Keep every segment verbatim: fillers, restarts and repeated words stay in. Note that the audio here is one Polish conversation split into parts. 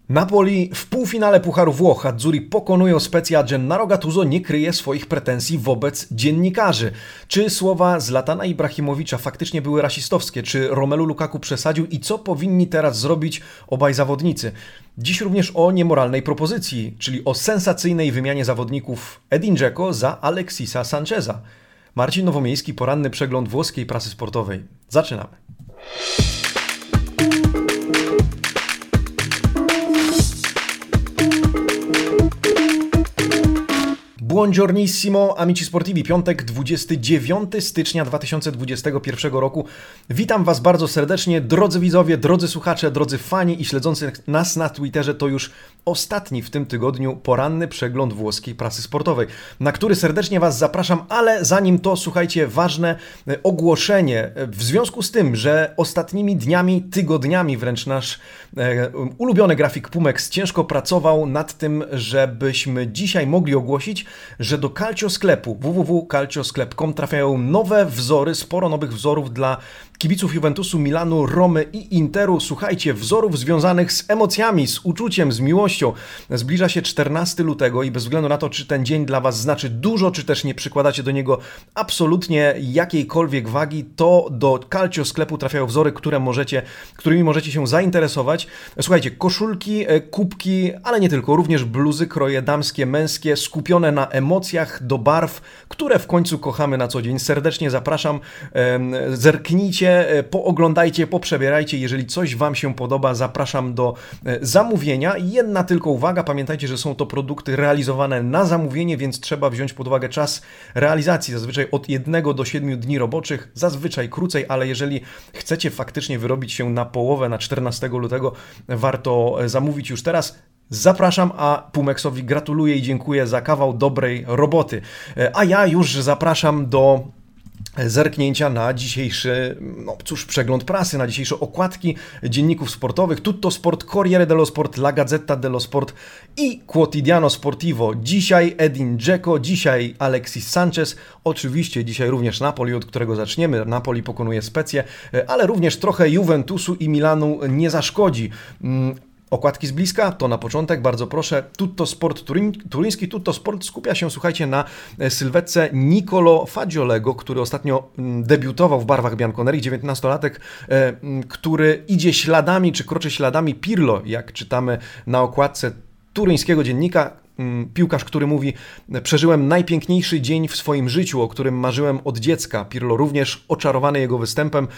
Napoli w półfinale Pucharu Włoch. Azzurri pokonują Spezia, a Gennaro Gattuso nie kryje swoich pretensji wobec dziennikarzy. Czy słowa Zlatana Ibrahimowicza faktycznie były rasistowskie? Czy Romelu Lukaku przesadził? I co powinni teraz zrobić obaj zawodnicy? Dziś również o niemoralnej propozycji, czyli o sensacyjnej wymianie zawodników Edin Dzeko za Alexisa Sancheza. Marcin Nowomiejski, poranny przegląd włoskiej prasy sportowej. Zaczynamy. Buongiornissimo, amici sportivi, piątek, dwudziestego dziewiątego stycznia dwa tysiące dwudziestego pierwszego roku. Witam Was bardzo serdecznie, drodzy widzowie, drodzy słuchacze, drodzy fani i śledzący nas na Twitterze. To już ostatni w tym tygodniu poranny przegląd włoskiej prasy sportowej, na który serdecznie Was zapraszam, ale zanim to, słuchajcie, ważne ogłoszenie. W związku z tym, że ostatnimi dniami, tygodniami wręcz nasz e, ulubiony grafik Pumex ciężko pracował nad tym, żebyśmy dzisiaj mogli ogłosić, że do Calcio sklepu w w w kropka calcio sklep kropka com trafiają nowe wzory, sporo nowych wzorów dla kibiców Juventusu, Milanu, Romy i Interu. Słuchajcie, wzorów związanych z emocjami, z uczuciem, z miłością. Zbliża się czternastego lutego i bez względu na to, czy ten dzień dla Was znaczy dużo, czy też nie przykładacie do niego absolutnie jakiejkolwiek wagi, to do Calcio sklepu trafiają wzory, które możecie, którymi możecie się zainteresować. Słuchajcie, koszulki, kubki, ale nie tylko, również bluzy, kroje damskie, męskie, skupione na emocjach, do barw, które w końcu kochamy na co dzień. Serdecznie zapraszam, zerknijcie, pooglądajcie, poprzebierajcie. Jeżeli coś Wam się podoba, zapraszam do zamówienia. Jedna tylko uwaga, pamiętajcie, że są to produkty realizowane na zamówienie, więc trzeba wziąć pod uwagę czas realizacji, zazwyczaj od jednego do siedmiu dni roboczych, zazwyczaj krócej, ale jeżeli chcecie faktycznie wyrobić się na połowę, na czternastego lutego, warto zamówić już teraz. Zapraszam, a Pumexowi gratuluję i dziękuję za kawał dobrej roboty. A ja już zapraszam do zerknięcia na dzisiejszy, no cóż, przegląd prasy, na dzisiejsze okładki dzienników sportowych. Tutto Sport, Corriere dello Sport, La Gazzetta dello Sport i Quotidiano Sportivo. Dzisiaj Edin Dzeko, dzisiaj Alexis Sanchez, oczywiście dzisiaj również Napoli, od którego zaczniemy. Napoli pokonuje Spezię, ale również trochę Juventusu i Milanu nie zaszkodzi. Okładki z bliska, to na początek, bardzo proszę. Tutto Sport turyń, turyński Tutto Sport skupia się, słuchajcie, na sylwetce Nicolo Fagiolego, który ostatnio debiutował w barwach bianconeri, dziewiętnastolatek, który idzie śladami, czy kroczy śladami Pirlo, jak czytamy na okładce turyńskiego dziennika. Piłkarz, który mówi: przeżyłem najpiękniejszy dzień w swoim życiu, o którym marzyłem od dziecka. Pirlo również oczarowany jego występem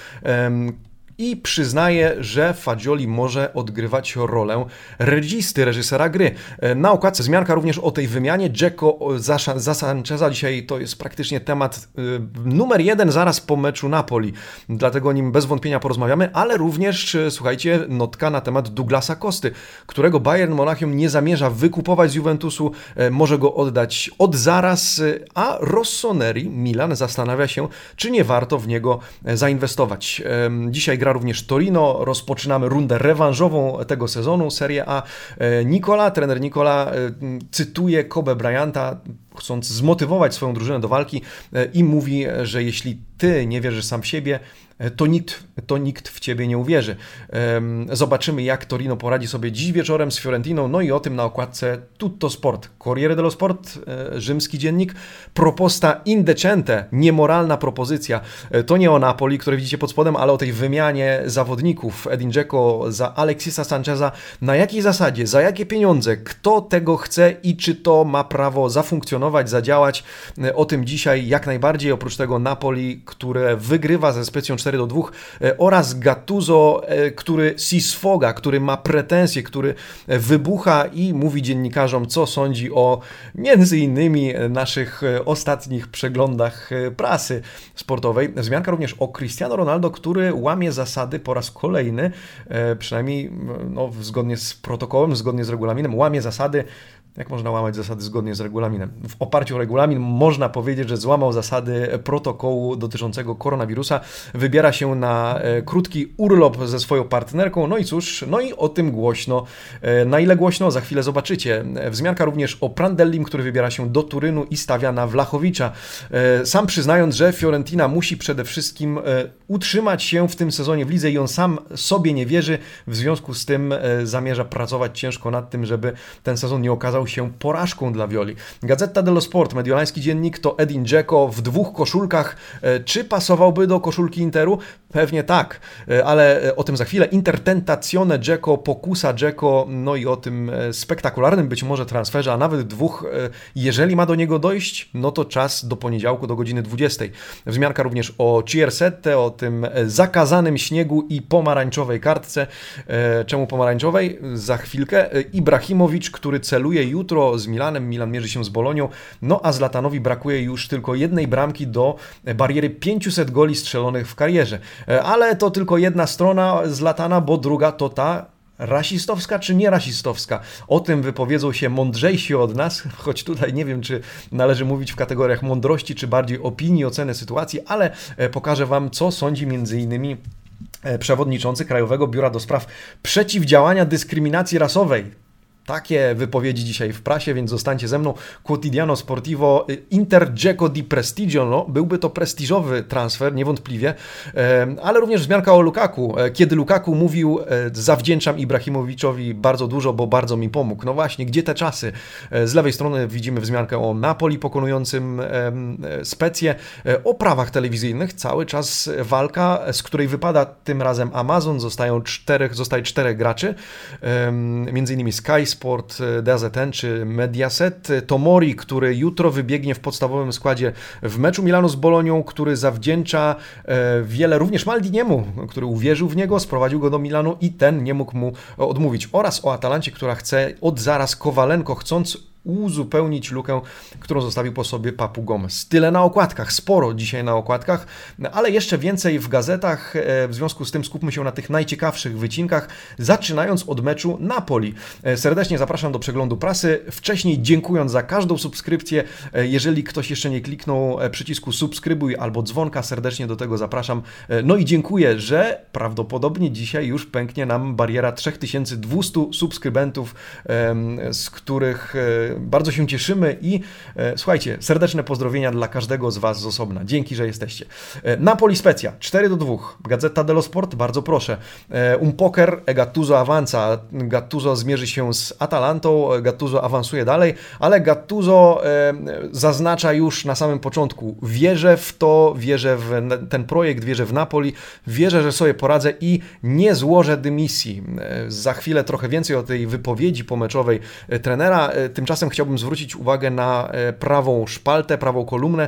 i przyznaje, że Fagioli może odgrywać rolę registy, reżysera gry. Na okładce wzmianka również o tej wymianie. Dzeko za, za Sancheza dzisiaj to jest praktycznie temat y, numer jeden zaraz po meczu Napoli. Dlatego o nim bez wątpienia porozmawiamy, ale również, słuchajcie, notka na temat Douglasa Costy, którego Bayern Monachium nie zamierza wykupować z Juventusu, y, może go oddać od zaraz, y, a Rossoneri, Milan, zastanawia się, czy nie warto w niego zainwestować. Y, dzisiaj gra również Torino, rozpoczynamy rundę rewanżową tego sezonu, Serie A. Nicola, trener Nicola cytuje Kobe Bryanta, chcąc zmotywować swoją drużynę do walki i mówi, że jeśli ty nie wierzysz sam w siebie, to nikt, to nikt w ciebie nie uwierzy. Zobaczymy, jak Torino poradzi sobie dziś wieczorem z Fiorentiną, no i o tym na okładce Tutto Sport. Corriere dello Sport, rzymski dziennik. Proposta indecente, niemoralna propozycja. To nie o Napoli, które widzicie pod spodem, ale o tej wymianie zawodników Edin Dzeko za Alexisa Sancheza. Na jakiej zasadzie, za jakie pieniądze, kto tego chce i czy to ma prawo zafunkcjonować, zadziałać. O tym dzisiaj jak najbardziej. Oprócz tego Napoli, które wygrywa ze Specją cztery do dwóch, oraz Gattuso, który si sfoga, który ma pretensje, który wybucha i mówi dziennikarzom, co sądzi o między innymi naszych ostatnich przeglądach prasy sportowej. Wzmianka również o Cristiano Ronaldo, który łamie zasady po raz kolejny, przynajmniej no, zgodnie z protokołem, zgodnie z regulaminem, łamie zasady Jak można łamać zasady zgodnie z regulaminem? W oparciu o regulamin można powiedzieć, że złamał zasady protokołu dotyczącego koronawirusa. Wybiera się na krótki urlop ze swoją partnerką. No i cóż, no i o tym głośno. Na ile głośno? Za chwilę zobaczycie. Wzmianka również o Prandellim, który wybiera się do Turynu i stawia na Vlahowicza. Sam przyznając, że Fiorentina musi przede wszystkim utrzymać się w tym sezonie w lidze i on sam sobie nie wierzy. W związku z tym zamierza pracować ciężko nad tym, żeby ten sezon nie okazał się porażką dla Violi. Gazzetta dello Sport, mediolański dziennik, to Edin Dzeko w dwóch koszulkach. Czy pasowałby do koszulki Interu? Pewnie tak, ale o tym za chwilę. Intertentazione Dzeko, pokusa Dzeko, no i o tym spektakularnym być może transferze, a nawet dwóch, jeżeli ma do niego dojść, no to czas do poniedziałku, do godziny dwudziestej. Wzmianka również o Ciersette, o tym zakazanym śniegu i pomarańczowej kartce. Czemu pomarańczowej? Za chwilkę. Ibrahimowicz, który celuje jutro z Milanem, Milan mierzy się z Bolonią, no a Zlatanowi brakuje już tylko jednej bramki do bariery pięciuset goli strzelonych w karierze. Ale to tylko jedna strona Zlatana, bo druga to ta rasistowska czy nie rasistowska. O tym wypowiedzą się mądrzejsi od nas, choć tutaj nie wiem, czy należy mówić w kategoriach mądrości, czy bardziej opinii, oceny sytuacji, ale pokażę Wam, co sądzi między innymi przewodniczący Krajowego Biura do Spraw Przeciwdziałania Dyskryminacji Rasowej. Takie wypowiedzi dzisiaj w prasie, więc zostańcie ze mną. Quotidiano Sportivo, Inter Dzeko di Prestigio, no, byłby to prestiżowy transfer, niewątpliwie, ale również wzmianka o Lukaku. Kiedy Lukaku mówił, zawdzięczam Ibrahimowiczowi bardzo dużo, bo bardzo mi pomógł. No właśnie, gdzie te czasy? Z lewej strony widzimy wzmiankę o Napoli pokonującym Specję, o prawach telewizyjnych, cały czas walka, z której wypada tym razem Amazon, zostają czterech, zostaje czterech graczy, między innymi Sky Sport, D A Z N czy Mediaset. Tomori, który jutro wybiegnie w podstawowym składzie w meczu Milanu z Bolonią, który zawdzięcza wiele również Maldiniemu, który uwierzył w niego, sprowadził go do Milanu i ten nie mógł mu odmówić. Oraz o Atalancie, która chce od zaraz Kowalenko, chcąc uzupełnić lukę, którą zostawił po sobie Papu Gomez. Tyle na okładkach, sporo dzisiaj na okładkach, ale jeszcze więcej w gazetach. W związku z tym skupmy się na tych najciekawszych wycinkach, zaczynając od meczu Napoli. Serdecznie zapraszam do przeglądu prasy. Wcześniej dziękując za każdą subskrypcję. Jeżeli ktoś jeszcze nie kliknął przycisku subskrybuj albo dzwonka, serdecznie do tego zapraszam. No i dziękuję, że prawdopodobnie dzisiaj już pęknie nam bariera trzy tysiące dwieście subskrybentów, z których bardzo się cieszymy i e, słuchajcie, serdeczne pozdrowienia dla każdego z Was z osobna. Dzięki, że jesteście. E, Napoli Spezia, cztery do dwóch. Gazzetta dello Sport, bardzo proszę. E, un poker, e Gattuso avanza. Gattuso zmierzy się z Atalantą, Gattuso awansuje dalej, ale Gattuso e, zaznacza już na samym początku, wierzę w to, wierzę w ten projekt, wierzę w Napoli, wierzę, że sobie poradzę i nie złożę dymisji. E, za chwilę trochę więcej o tej wypowiedzi pomeczowej e, trenera. E, tymczasem chciałbym zwrócić uwagę na prawą szpaltę, prawą kolumnę,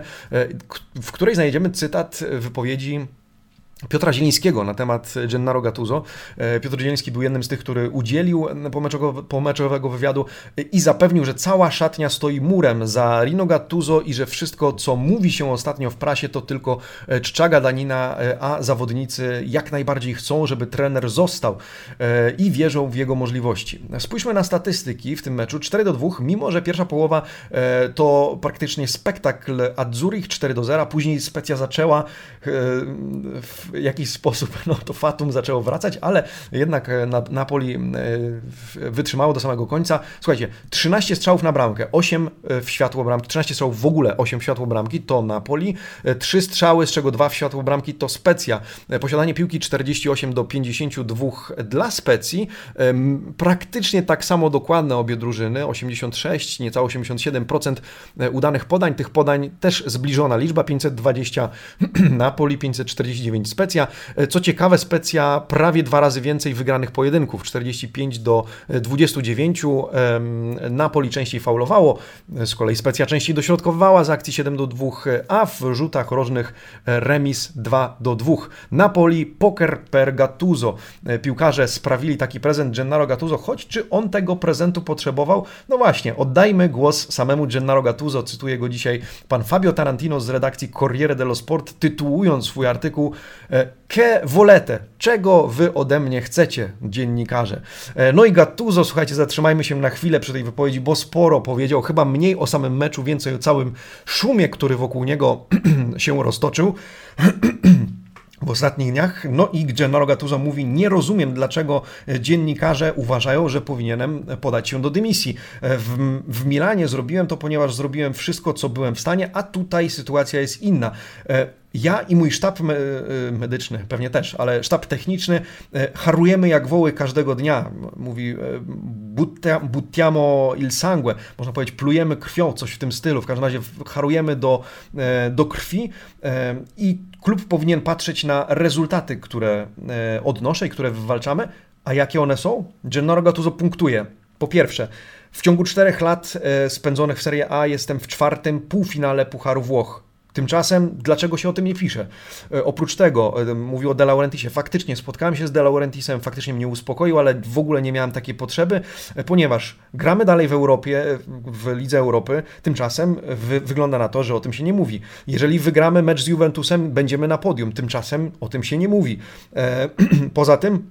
w której znajdziemy cytat wypowiedzi Piotra Zielińskiego na temat Gennaro Gattuso. Piotr Zieliński był jednym z tych, który udzielił pomeczowego, pomeczowego wywiadu i zapewnił, że cała szatnia stoi murem za Rino Gattuso i że wszystko, co mówi się ostatnio w prasie, to tylko czcza gadanina, a zawodnicy jak najbardziej chcą, żeby trener został i wierzą w jego możliwości. Spójrzmy na statystyki w tym meczu. cztery do dwóch, mimo że pierwsza połowa to praktycznie spektakl Azzurich, cztery do zera, później Spezia zaczęła w jakiś sposób, no to fatum zaczęło wracać, ale jednak Napoli wytrzymało do samego końca. Słuchajcie, trzynaście strzałów na bramkę, osiem w światło bramki, trzynaście strzałów w ogóle, osiem w światło bramki to Napoli, trzy strzały, z czego dwa w światło bramki to Spezia. Posiadanie piłki czterdzieści osiem do pięćdziesięciu dwóch dla Specji, praktycznie tak samo dokładne obie drużyny, osiemdziesiąt sześć, niecałe osiemdziesiąt siedem procent udanych podań, tych podań też zbliżona liczba, pięćset dwadzieścia Napoli, pięćset czterdzieści dziewięć Specja. Co ciekawe, Specja prawie dwa razy więcej wygranych pojedynków, czterdzieści pięć do dwudziestu dziewięciu. Napoli częściej faulowało, z kolei Specja częściej dośrodkowywała z akcji siedem do dwóch, a w rzutach rożnych remis dwa do dwóch. Napoli, poker per Gattuso. Piłkarze sprawili taki prezent Gennaro Gattuso, choć czy on tego prezentu potrzebował? No właśnie, oddajmy głos samemu Gennaro Gattuso. Cytuję go dzisiaj pan Fabio Tarantino z redakcji Corriere dello Sport, tytułując swój artykuł Che volete? Czego wy ode mnie chcecie, dziennikarze? No i Gattuso, słuchajcie, zatrzymajmy się na chwilę przy tej wypowiedzi, bo sporo powiedział, chyba mniej o samym meczu, więcej o całym szumie, który wokół niego się roztoczył w ostatnich dniach. No i Gennaro Gattuso mówi: nie rozumiem, dlaczego dziennikarze uważają, że powinienem podać się do dymisji. W, w Milanie zrobiłem to, ponieważ zrobiłem wszystko, co byłem w stanie, a tutaj sytuacja jest inna. Ja i mój sztab medyczny, pewnie też, ale sztab techniczny, harujemy jak woły każdego dnia. Mówi buttiamo il sangue, można powiedzieć plujemy krwią, coś w tym stylu. W każdym razie harujemy do, do krwi i klub powinien patrzeć na rezultaty, które odnoszę i które wywalczamy. A jakie one są? Gennaro Gattuso punktuje. Po pierwsze, w ciągu czterech lat spędzonych w Serie A jestem w czwartym półfinale Pucharu Włoch. Tymczasem, dlaczego się o tym nie pisze? E, oprócz tego, e, mówił o De Laurentisie, faktycznie spotkałem się z De Laurentisem, faktycznie mnie uspokoił, ale w ogóle nie miałem takiej potrzeby, e, ponieważ gramy dalej w Europie, w Lidze Europy, tymczasem wy, wygląda na to, że o tym się nie mówi. Jeżeli wygramy mecz z Juventusem, będziemy na podium, tymczasem o tym się nie mówi. E, poza tym,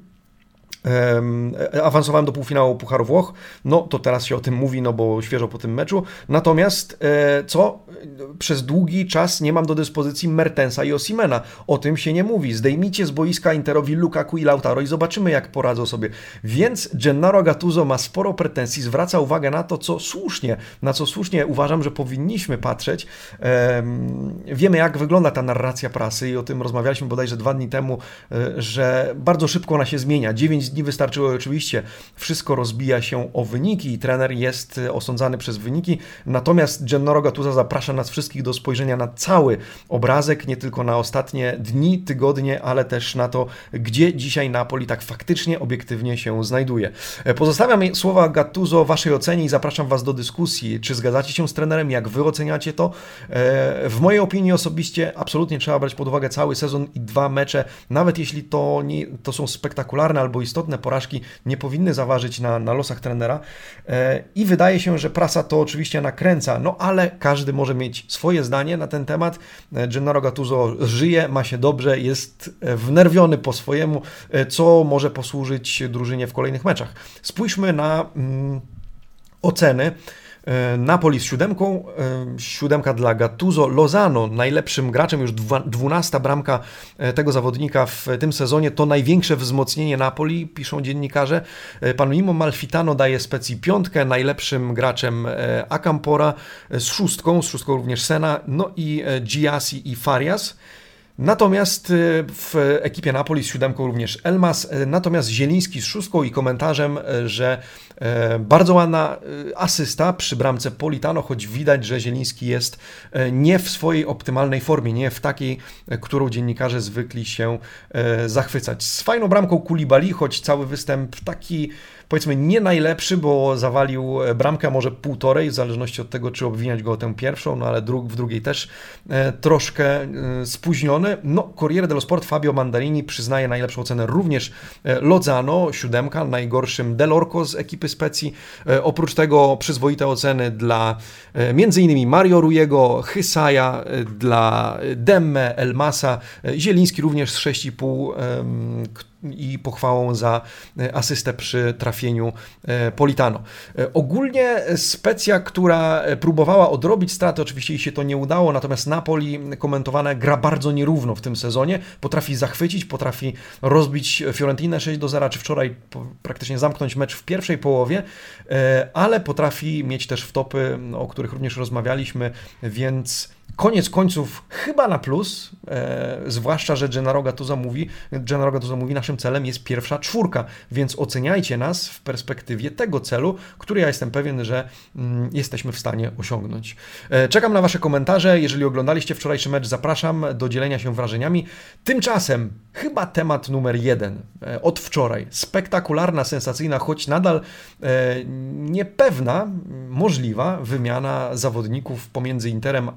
awansowałem do półfinału Pucharu Włoch, no to teraz się o tym mówi, no bo świeżo po tym meczu. Natomiast co? Przez długi czas nie mam do dyspozycji Mertensa i Osimena. O tym się nie mówi. Zdejmijcie z boiska Interowi Lukaku i Lautaro i zobaczymy, jak poradzą sobie. Więc Gennaro Gattuso ma sporo pretensji, zwraca uwagę na to, co słusznie, na co słusznie uważam, że powinniśmy patrzeć. Wiemy, jak wygląda ta narracja prasy i o tym rozmawialiśmy bodajże dwa dni temu, że bardzo szybko ona się zmienia. dziewięć dni wystarczyło oczywiście, wszystko rozbija się o wyniki i trener jest osądzany przez wyniki, natomiast Gennaro Gattuso zaprasza nas wszystkich do spojrzenia na cały obrazek, nie tylko na ostatnie dni, tygodnie, ale też na to, gdzie dzisiaj Napoli tak faktycznie, obiektywnie się znajduje. Pozostawiam słowa Gattuso waszej ocenie i zapraszam was do dyskusji. Czy zgadzacie się z trenerem? Jak wy oceniacie to? W mojej opinii osobiście absolutnie trzeba brać pod uwagę cały sezon i dwa mecze, nawet jeśli to, nie, to są spektakularne albo istotne porażki, nie powinny zaważyć na, na losach trenera i wydaje się, że prasa to oczywiście nakręca, no ale każdy może mieć swoje zdanie na ten temat. Gennaro Gattuso żyje, ma się dobrze, jest wnerwiony po swojemu, co może posłużyć drużynie w kolejnych meczach. Spójrzmy na mm, oceny. Napoli z siódemką, siódemka dla Gattuso, Lozano najlepszym graczem, już dwunasta bramka tego zawodnika w tym sezonie, to największe wzmocnienie Napoli, piszą dziennikarze. Pan Mimo Malfitano daje Specji piątkę, najlepszym graczem Acampora z szóstką, z szóstką również Sena, no i Giassi i Farias. Natomiast w ekipie Napoli z siódemką również Elmas, natomiast Zieliński z szóstką i komentarzem, że bardzo ładna asysta przy bramce Politano, choć widać, że Zieliński jest nie w swojej optymalnej formie, nie w takiej, którą dziennikarze zwykli się zachwycać. Z fajną bramką Koulibaly, choć cały występ taki, powiedzmy, nie najlepszy, bo zawalił bramkę, może półtorej, w zależności od tego, czy obwiniać go o tę pierwszą, no ale dru- w drugiej też e, troszkę e, spóźniony. No, Corriere dello Sport, Fabio Mandarini przyznaje najlepszą cenę również e, Lozano, siódemka, najgorszym Dell'Orco z ekipy Specji. E, oprócz tego przyzwoite oceny dla e, między innymi Mario Rujego, Hysaja, e, dla Demme, Elmasa, e, Zieliński również z sześć i pół, e, i pochwałą za asystę przy trafieniu Politano. Ogólnie Specja, która próbowała odrobić straty, oczywiście jej się to nie udało, natomiast Napoli, komentowane, gra bardzo nierówno w tym sezonie, potrafi zachwycić, potrafi rozbić Fiorentinę sześć do zera, czy wczoraj praktycznie zamknąć mecz w pierwszej połowie, ale potrafi mieć też wtopy, o których również rozmawialiśmy, więc koniec końców chyba na plus, e, zwłaszcza, że Gennaro Gattuso mówi, Gennaro Gattuso mówi, naszym celem jest pierwsza czwórka, więc oceniajcie nas w perspektywie tego celu, który ja jestem pewien, że mm, jesteśmy w stanie osiągnąć. E, czekam na wasze komentarze, jeżeli oglądaliście wczorajszy mecz, zapraszam do dzielenia się wrażeniami. Tymczasem chyba temat numer jeden e, od wczoraj. Spektakularna, sensacyjna, choć nadal e, niepewna, możliwa wymiana zawodników pomiędzy Interem a Romą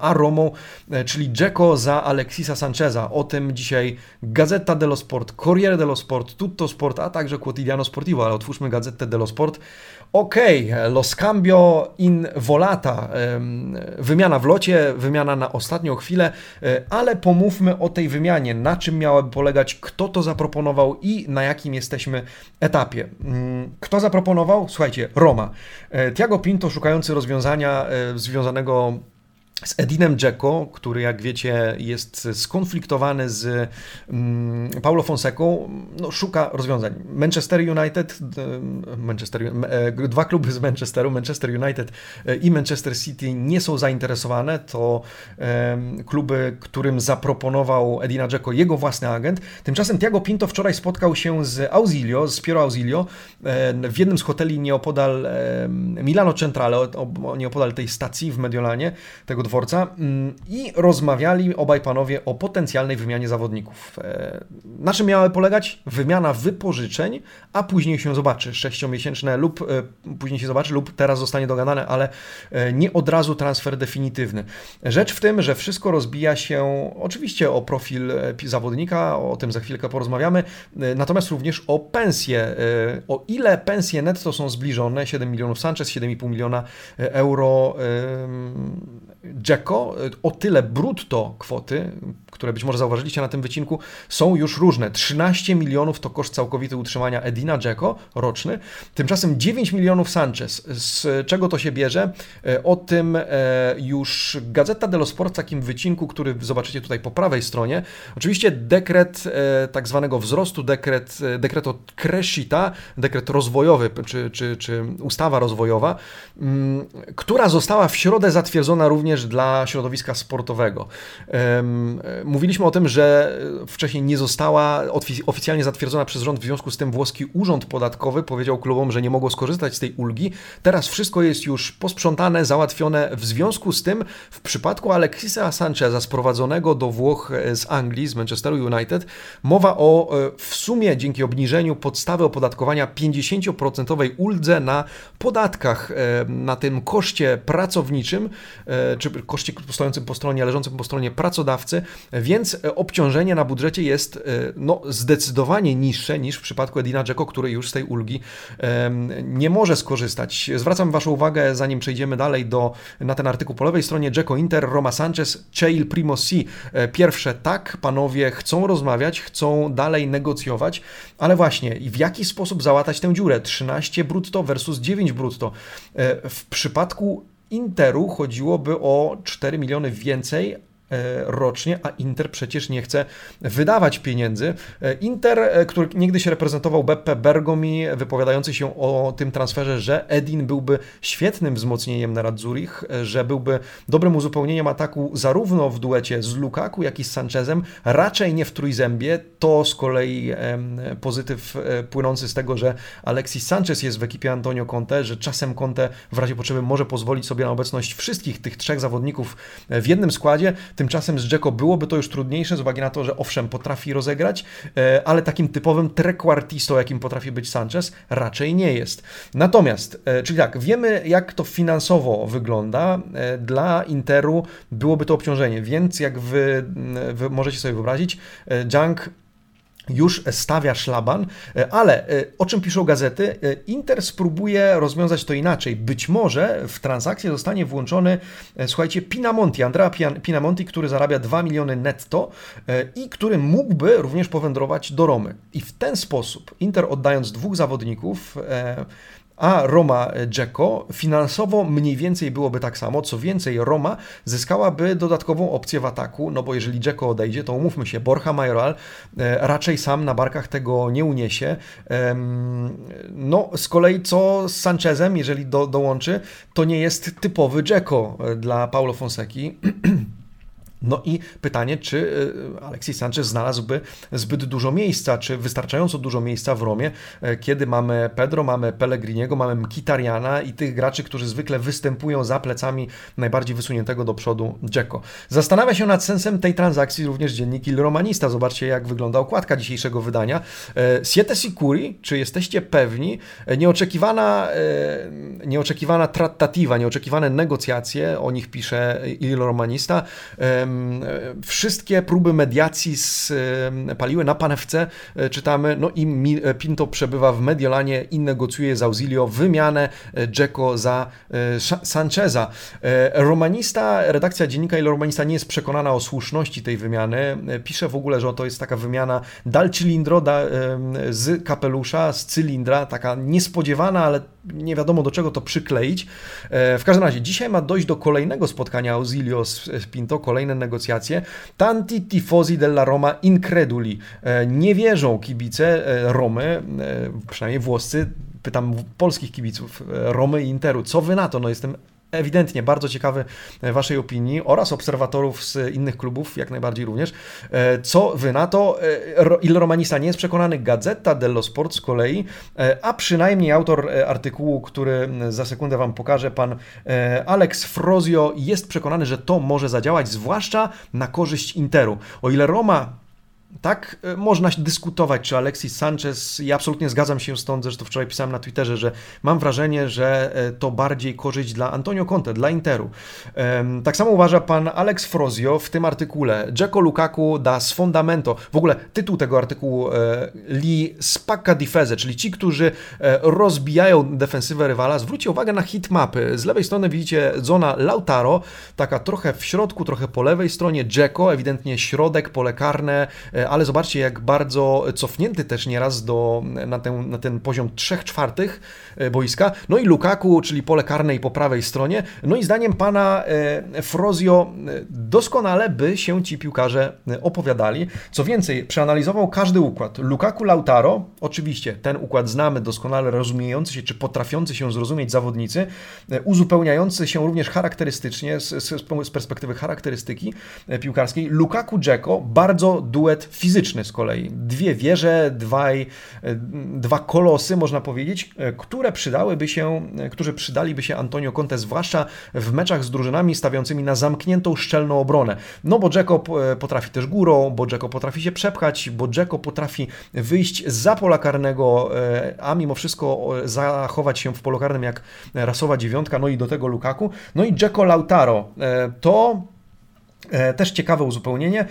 sportową, czyli Dzeko za Alexisa Sancheza. O tym dzisiaj Gazzetta dello Sport, Corriere dello Sport, Tutto Sport, a także Quotidiano Sportivo, ale otwórzmy Gazetę dello Sport. Okej, okay, lo scambio in volata, wymiana w locie, wymiana na ostatnią chwilę, ale pomówmy o tej wymianie, na czym miałaby polegać, kto to zaproponował i na jakim jesteśmy etapie. Kto zaproponował? Słuchajcie, Roma. Thiago Pinto, szukający rozwiązania związanego z Edinem Dzeko, który jak wiecie jest skonfliktowany z um, Paulo Fonsecą, no, szuka rozwiązań. Manchester United, Manchester, dwa kluby z Manchesteru, Manchester United i Manchester City nie są zainteresowane. To um, kluby, którym zaproponował Edina Dzeko jego własny agent. Tymczasem Thiago Pinto wczoraj spotkał się z Ausilio, z Piero Ausilio w jednym z hoteli nieopodal Milano Centrale, nieopodal tej stacji w Mediolanie, tego dworca, i rozmawiali obaj panowie o potencjalnej wymianie zawodników. Na czym miały polegać? Wymiana wypożyczeń, a później się zobaczy, sześciomiesięczne lub później się zobaczy, lub teraz zostanie dogadane, ale nie od razu transfer definitywny. Rzecz w tym, że wszystko rozbija się oczywiście o profil zawodnika, o tym za chwilkę porozmawiamy, natomiast również o pensję. O ile pensje netto są zbliżone, siedem milionów Sanchez, siedem i pół miliona euro Dzeko, o tyle brutto kwoty, które być może zauważyliście na tym wycinku, są już różne. trzynaście milionów to koszt całkowity utrzymania Edina Dzeko roczny, tymczasem dziewięć milionów Sanchez. Z czego to się bierze? O tym już Gazzetta dello Sport w takim wycinku, który zobaczycie tutaj po prawej stronie. Oczywiście dekret tak zwanego wzrostu, dekret, dekret od crescita, dekret rozwojowy, czy, czy, czy ustawa rozwojowa, która została w środę zatwierdzona również dla środowiska sportowego. Mówiliśmy o tym, że wcześniej nie została oficjalnie zatwierdzona przez rząd, w związku z tym włoski urząd podatkowy powiedział klubom, że nie mogło skorzystać z tej ulgi. Teraz wszystko jest już posprzątane, załatwione. W związku z tym w przypadku Alexisa Sancheza sprowadzonego do Włoch z Anglii, z Manchesteru United, mowa o w sumie dzięki obniżeniu podstawy opodatkowania pięćdziesięcioprocentowej uldze na podatkach, na tym koszcie pracowniczym, czy koszcie stojącym po stronie, leżącym po stronie pracodawcy, więc obciążenie na budżecie jest no, zdecydowanie niższe niż w przypadku Edina Dzeko, który już z tej ulgi nie może skorzystać. Zwracam Waszą uwagę, zanim przejdziemy dalej do, na ten artykuł po lewej stronie, Dzeko Inter, Roma Sanchez, c'è il primo si. Pierwsze tak, panowie chcą rozmawiać, chcą dalej negocjować, ale właśnie w jaki sposób załatać tę dziurę? trzynaście brutto versus dziewięć brutto. W przypadku Interu chodziłoby o cztery miliony więcej rocznie, a Inter przecież nie chce wydawać pieniędzy. Inter, który niegdyś reprezentował Beppe Bergomi, wypowiadający się o tym transferze, że Edin byłby świetnym wzmocnieniem Nerazzurich, że byłby dobrym uzupełnieniem ataku zarówno w duecie z Lukaku, jak i z Sanchezem, raczej nie w trójzębie. To z kolei pozytyw płynący z tego, że Alexis Sanchez jest w ekipie Antonio Conte, że czasem Conte w razie potrzeby może pozwolić sobie na obecność wszystkich tych trzech zawodników w jednym składzie. Tymczasem z Dzeko byłoby to już trudniejsze z uwagi na to, że owszem, potrafi rozegrać, ale takim typowym trequartistą, jakim potrafi być Sanchez, raczej nie jest. Natomiast, czyli tak, wiemy jak to finansowo wygląda. Dla Interu byłoby to obciążenie, więc jak wy, wy możecie sobie wyobrazić, Jang już stawia szlaban, ale o czym piszą gazety? Inter spróbuje rozwiązać to inaczej. Być może w transakcję zostanie włączony, słuchajcie, Pinamonti, Andrea Pinamonti, który zarabia dwa miliony netto i który mógłby również powędrować do Romy. I w ten sposób Inter, oddając dwóch zawodników, a Roma Dzeko, finansowo mniej więcej byłoby tak samo. Co więcej, Roma zyskałaby dodatkową opcję w ataku, no bo jeżeli Dzeko odejdzie, to umówmy się, Borja Mayoral raczej sam na barkach tego nie uniesie. No z kolei co z Sanchezem, jeżeli do, dołączy, to nie jest typowy Dzeko dla Paulo Fonseki. No i pytanie, czy Alexis Sanchez znalazłby zbyt dużo miejsca, czy wystarczająco dużo miejsca w Romie, kiedy mamy Pedro, mamy Pellegriniego, mamy Mkhitarjana i tych graczy, którzy zwykle występują za plecami najbardziej wysuniętego do przodu Dzeko. Zastanawia się nad sensem tej transakcji również dziennik Il Romanista. Zobaczcie, jak wygląda okładka dzisiejszego wydania. Siete sicuri, czy jesteście pewni? Nieoczekiwana, nieoczekiwana trattativa, nieoczekiwane negocjacje, o nich pisze Il Romanista. Wszystkie próby mediacji spaliły na panewce, czytamy, no i Pinto przebywa w Mediolanie i negocjuje z Ausilio wymianę Dzeko za Sancheza. Romanista, redakcja dziennika Il Romanista nie jest przekonana o słuszności tej wymiany. Pisze w ogóle, że to jest taka wymiana dal cilindro, da, z kapelusza, z cylindra, taka niespodziewana, ale nie wiadomo do czego to przykleić. W każdym razie dzisiaj ma dojść do kolejnego spotkania Ausilio z Pinto, kolejne negocjacje. Tanti tifosi della Roma increduli. Nie wierzą kibice Romy, przynajmniej włoscy, pytam polskich kibiców Romy i Interu, co wy na to? No jestem ewidentnie bardzo ciekawy waszej opinii oraz obserwatorów z innych klubów, jak najbardziej również. Co wy na to? Il Romanista nie jest przekonany, Gazzetta dello Sport z kolei, a przynajmniej autor artykułu, który za sekundę wam pokażę, pan Alex Frozio, jest przekonany, że to może zadziałać, zwłaszcza na korzyść Interu. O ile Roma tak, można dyskutować, czy Alexis Sanchez, i absolutnie zgadzam się stąd, zresztą wczoraj pisałem na Twitterze, że mam wrażenie, że to bardziej korzyść dla Antonio Conte, dla Interu. Tak samo uważa pan Alex Frozio w tym artykule. Dzeko Lukaku da sfondamento. W ogóle tytuł tego artykułu Li spacca difese, czyli ci, którzy rozbijają defensywę rywala. Zwróćcie uwagę na hitmapy. Z lewej strony widzicie zona Lautaro, taka trochę w środku, trochę po lewej stronie Dzeko, ewidentnie środek, pole karne, ale zobaczcie, jak bardzo cofnięty też nieraz do, na, ten, na ten poziom trzech czwartych boiska. No i Lukaku, czyli pole karne i po prawej stronie. No i zdaniem pana Frozio doskonale by się ci piłkarze opowiadali. Co więcej, przeanalizował każdy układ. Lukaku, Lautaro, oczywiście ten układ znamy, doskonale rozumiejący się, czy potrafiący się zrozumieć zawodnicy, uzupełniający się również charakterystycznie z, z perspektywy charakterystyki piłkarskiej. Lukaku, Dzeko, bardzo duet fizyczny z kolei. Dwie wieże, dwaj, dwa kolosy, można powiedzieć, które przydałyby się, którzy przydaliby się Antonio Conte, zwłaszcza w meczach z drużynami stawiającymi na zamkniętą, szczelną obronę. No bo Dzeko potrafi też górą, bo Dzeko potrafi się przepchać, bo Dzeko potrafi wyjść zza pola karnego, a mimo wszystko zachować się w polu karnym jak rasowa dziewiątka, no i do tego Lukaku. No i Dzeko Lautaro. To też ciekawe uzupełnienie.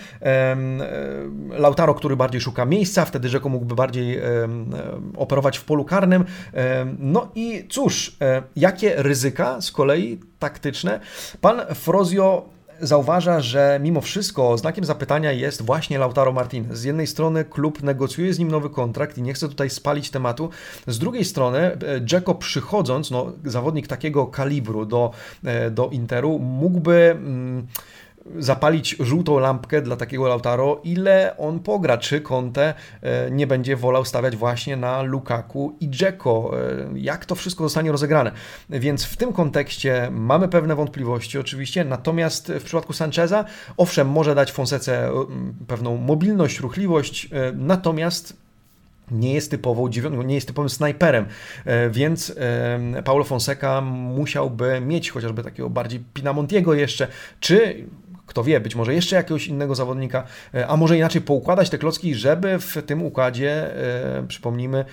Lautaro, który bardziej szuka miejsca, wtedy Dzeko mógłby bardziej operować w polu karnym. No i cóż, jakie ryzyka z kolei taktyczne? Pan Frozio zauważa, że mimo wszystko znakiem zapytania jest właśnie Lautaro Martinez. Z jednej strony klub negocjuje z nim nowy kontrakt i nie chce tutaj spalić tematu. Z drugiej strony Dzeko przychodząc, no, zawodnik takiego kalibru do, do Interu mógłby mm, zapalić żółtą lampkę dla takiego Lautaro, ile on pogra, czy Conte nie będzie wolał stawiać właśnie na Lukaku i Dzeko, jak to wszystko zostanie rozegrane. Więc w tym kontekście mamy pewne wątpliwości oczywiście, natomiast w przypadku Sancheza, owszem, może dać Fonsece pewną mobilność, ruchliwość, natomiast nie jest typową dziewiątką, nie jest typowym snajperem, więc Paulo Fonseca musiałby mieć chociażby takiego bardziej Pinamontiego jeszcze, czy kto wie, być może jeszcze jakiegoś innego zawodnika, a może inaczej poukładać te klocki, żeby w tym układzie, e, przypomnijmy,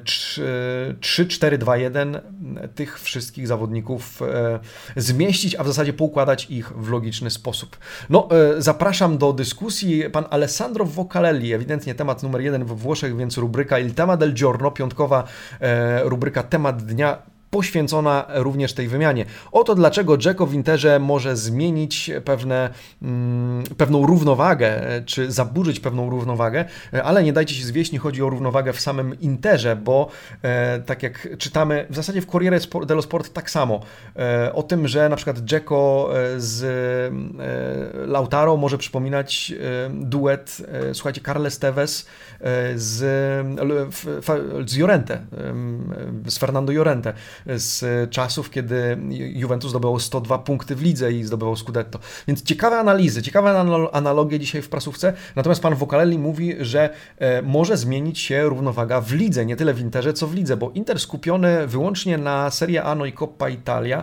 trzy cztery dwa jeden tych wszystkich zawodników e, zmieścić, a w zasadzie poukładać ich w logiczny sposób. No, e, zapraszam do dyskusji. Pan Alessandro Vocalelli, ewidentnie temat numer jeden we Włoszech, więc rubryka Il tema del giorno, piątkowa e, rubryka temat dnia, poświęcona również tej wymianie. Oto dlaczego Dzeko w Interze może zmienić pewne, mm, pewną równowagę, czy zaburzyć pewną równowagę, ale nie dajcie się zwieść, nie chodzi o równowagę w samym Interze, bo e, tak jak czytamy, w zasadzie w Corriere dello Sport tak samo, e, o tym, że na przykład Dzeko z e, Lautaro może przypominać e, duet, e, słuchajcie, Carles Tevez e, z, z Llorente, e, z Fernando Llorente. z czasów, kiedy Juventus zdobywał sto dwa punkty w lidze i zdobywał Scudetto. Więc ciekawe analizy, ciekawe analogie dzisiaj w prasówce, natomiast pan Vocalelli mówi, że może zmienić się równowaga w lidze, nie tyle w Interze, co w lidze, bo Inter skupiony wyłącznie na Serie A, no i Coppa Italia,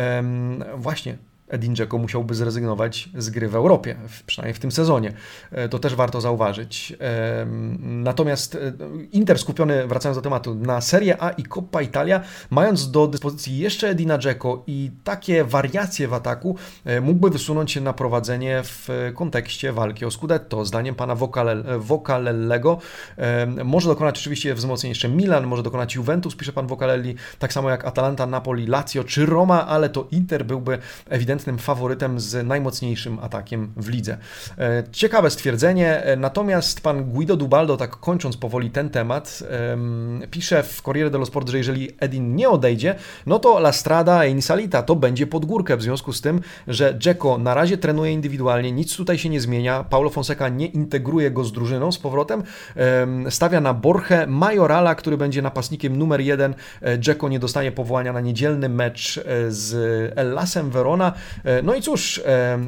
właśnie Edin Dzeko musiałby zrezygnować z gry w Europie, przynajmniej w tym sezonie. To też warto zauważyć. Natomiast Inter skupiony, wracając do tematu, na Serie A i Coppa Italia, mając do dyspozycji jeszcze Edina Dzeko i takie wariacje w ataku, mógłby wysunąć się na prowadzenie w kontekście walki o Scudetto. Zdaniem pana Vocalellego może dokonać oczywiście wzmocnień jeszcze Milan, może dokonać Juventus, pisze pan Vocalelli, tak samo jak Atalanta, Napoli, Lazio czy Roma, ale to Inter byłby ewidentnie faworytem z najmocniejszym atakiem w lidze. Ciekawe stwierdzenie, natomiast pan Guido Dubaldo, tak kończąc powoli ten temat, pisze w Corriere dello Sport, że jeżeli Edin nie odejdzie, no to La Strada e Insalita to będzie pod górkę, w związku z tym, że Dzeko na razie trenuje indywidualnie, nic tutaj się nie zmienia, Paulo Fonseca nie integruje go z drużyną z powrotem, stawia na Borge Majorala, który będzie napastnikiem numer jeden, Dzeko nie dostanie powołania na niedzielny mecz z Hellasem Verona. No i cóż,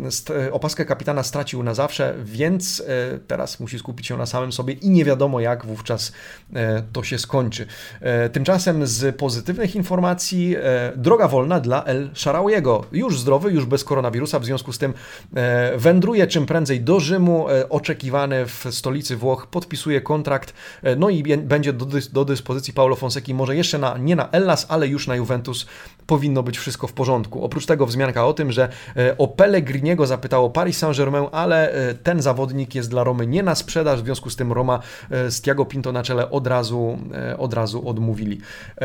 opaskę kapitana stracił na zawsze, więc teraz musi skupić się na samym sobie i nie wiadomo, jak wówczas to się skończy. Tymczasem z pozytywnych informacji droga wolna dla El Shaarawiego. Już zdrowy, już bez koronawirusa, w związku z tym wędruje czym prędzej do Rzymu, oczekiwany w stolicy Włoch, podpisuje kontrakt, no i będzie do, dys do dyspozycji Paulo Fonseki, może jeszcze na, nie na Hellas, ale już na Juventus powinno być wszystko w porządku. Oprócz tego wzmianka o tym, że o Pellegriniego zapytało Paris Saint-Germain, ale ten zawodnik jest dla Romy nie na sprzedaż, w związku z tym Roma z Thiago Pinto na czele od razu, od razu odmówili.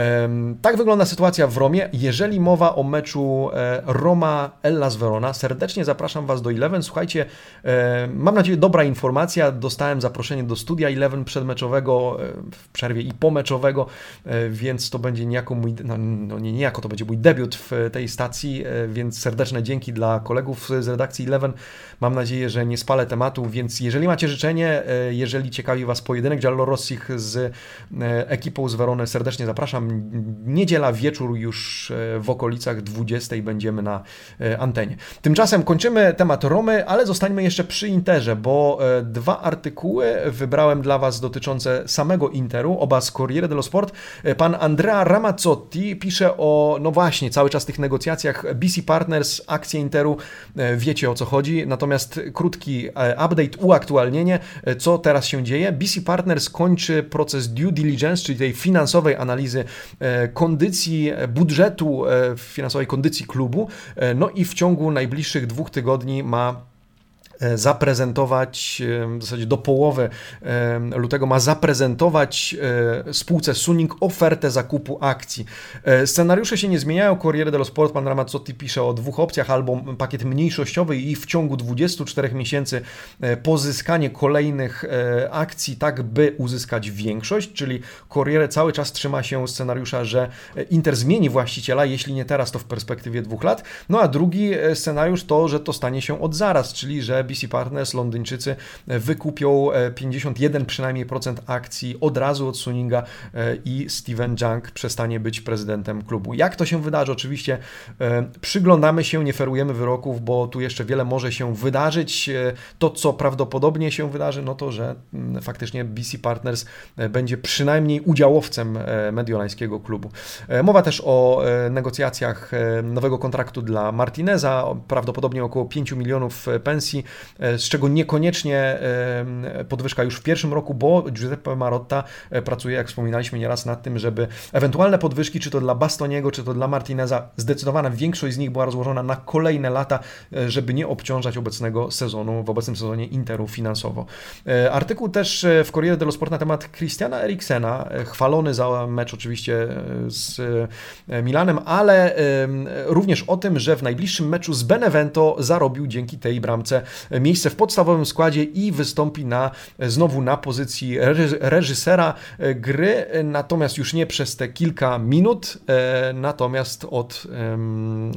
Tak wygląda sytuacja w Romie. Jeżeli mowa o meczu Roma-Hellas Verona, serdecznie zapraszam Was do Eleven. Słuchajcie, mam nadzieję, dobra informacja. Dostałem zaproszenie do studia Eleven przedmeczowego, w przerwie i pomeczowego, więc to będzie niejako mój, no, no nie niejako, to będzie mój debiut w tej stacji, więc serdeczne dzięki dla kolegów z redakcji Eleven. Mam nadzieję, że nie spalę tematu, więc jeżeli macie życzenie, jeżeli ciekawi Was pojedynek Giallorossich z ekipą z Verony, serdecznie zapraszam. Niedziela, wieczór już w okolicach dwudziestej będziemy na antenie. Tymczasem kończymy temat Romy, ale zostańmy jeszcze przy Interze, bo dwa artykuły wybrałem dla Was dotyczące samego Interu, oba z Corriere dello Sport. Pan Andrea Ramazzotti pisze o, no właśnie, cały czas tych negocjacjach B C Partners, akcje Interu, wiecie o co chodzi, natomiast krótki update, uaktualnienie, co teraz się dzieje. B C Partners kończy proces due diligence, czyli tej finansowej analizy kondycji budżetu, finansowej kondycji klubu, no i w ciągu najbliższych dwóch tygodni ma zaprezentować, w zasadzie do połowy lutego ma zaprezentować spółce Suning ofertę zakupu akcji. Scenariusze się nie zmieniają. Corriere dello Sport, pan Ramazzotti pisze o dwóch opcjach, albo pakiet mniejszościowy i w ciągu dwudziestu czterech miesięcy pozyskanie kolejnych akcji, tak by uzyskać większość, czyli Corriere cały czas trzyma się scenariusza, że Inter zmieni właściciela, jeśli nie teraz, to w perspektywie dwóch lat. No a drugi scenariusz to, że to stanie się od zaraz, czyli że B C Partners, Londyńczycy wykupią pięćdziesiąt jeden przynajmniej procent akcji od razu od Suninga i Steven Jung przestanie być prezydentem klubu. Jak to się wydarzy? Oczywiście przyglądamy się, nie ferujemy wyroków, bo tu jeszcze wiele może się wydarzyć. To, co prawdopodobnie się wydarzy, no to, że faktycznie B C Partners będzie przynajmniej udziałowcem mediolańskiego klubu. Mowa też o negocjacjach nowego kontraktu dla Martineza, prawdopodobnie około pięciu milionów pensji, z czego niekoniecznie podwyżka już w pierwszym roku, bo Giuseppe Marotta pracuje, jak wspominaliśmy nieraz, nad tym, żeby ewentualne podwyżki, czy to dla Bastoniego, czy to dla Martineza, zdecydowana większość z nich była rozłożona na kolejne lata, żeby nie obciążać obecnego sezonu, w obecnym sezonie Interu finansowo. Artykuł też w Corriere dello Sport na temat Christiana Eriksena, chwalony za mecz oczywiście z Milanem, ale również o tym, że w najbliższym meczu z Benevento zarobił dzięki tej bramce miejsce w podstawowym składzie i wystąpi na, znowu na pozycji reżysera gry, natomiast już nie przez te kilka minut, natomiast od